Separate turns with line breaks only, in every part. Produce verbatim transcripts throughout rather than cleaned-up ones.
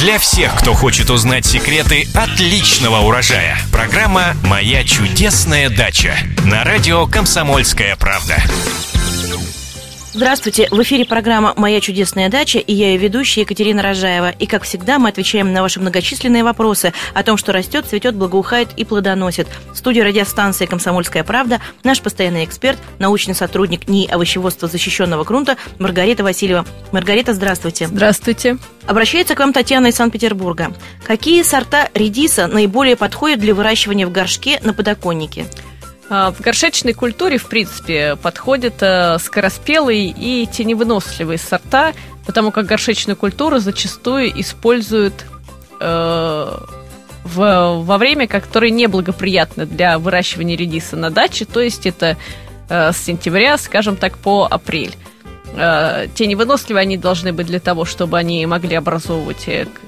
Для всех, кто хочет узнать секреты отличного урожая. Программа «Моя чудесная дача» на радио «Комсомольская правда».
Здравствуйте, в эфире программа «Моя чудесная дача» и я ее ведущая Екатерина Рожаева. И, как всегда, мы отвечаем на ваши многочисленные вопросы о том, что растет, цветет, благоухает и плодоносит. В студии радиостанции «Комсомольская правда» наш постоянный эксперт, научный сотрудник НИИ овощеводства защищенного грунта Маргарита Васильева. Маргарита, здравствуйте.
Здравствуйте.
Обращается к вам Татьяна из Санкт-Петербурга. Какие сорта редиса наиболее подходят для выращивания в горшке на подоконнике?
В горшечной культуре, в принципе, подходят скороспелые и теневыносливые сорта, потому как горшечную культуру зачастую используют э, в, во время, которое неблагоприятно для выращивания редиса на даче, то есть это э, с сентября, скажем так, по апрель. Э, теневыносливые они должны быть для того, чтобы они могли образовывать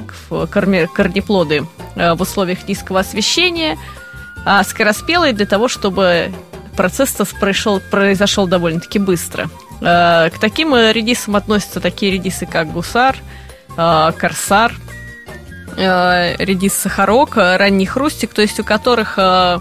корнеплоды в условиях низкого освещения, а скороспелые для того, чтобы процесс произошел, произошел довольно-таки быстро. К таким редисам относятся такие редисы, как гусар, корсар, редис сахарок, ранний хрустик, то есть у которых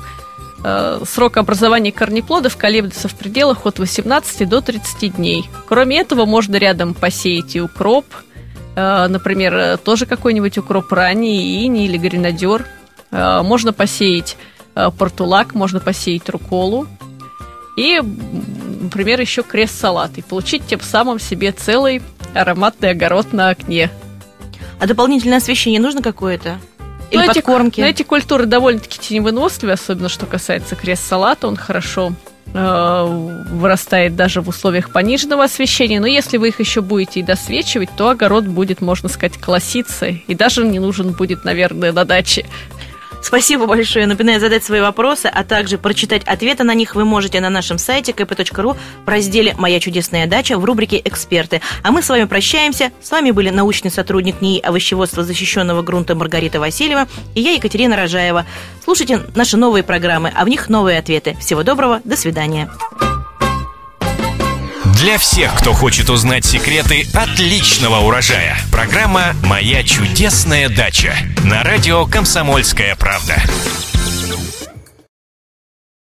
срок образования корнеплодов колеблется в пределах от восемнадцати до тридцати дней. Кроме этого, можно рядом посеять и укроп, например, тоже какой-нибудь укроп ранний, иней или гренадер. Можно посеять портулак, можно посеять рукколу и, например, еще крест-салат и получить тем самым себе целый ароматный огород на окне.
А дополнительное освещение нужно какое-то? Или
но
подкормки?
Эти, но эти культуры довольно-таки теневыносливые, особенно что касается крест-салата, он хорошо э, вырастает даже в условиях пониженного освещения, но если вы их еще будете и досвечивать, то огород будет, можно сказать, колоситься, и даже не нужен будет, наверное, на даче.
Спасибо большое. Напоминаю, задать свои вопросы, а также прочитать ответы на них вы можете на нашем сайте ка пэ точка ру в разделе «Моя чудесная дача» в рубрике «Эксперты». А мы с вами прощаемся. С вами были научный сотрудник НИИ овощеводства защищенного грунта Маргарита Васильева и я, Екатерина Рожаева. Слушайте наши новые программы, а в них новые ответы. Всего доброго, до свидания.
Для всех, кто хочет узнать секреты отличного урожая. Программа «Моя чудесная дача» на радио «Комсомольская правда».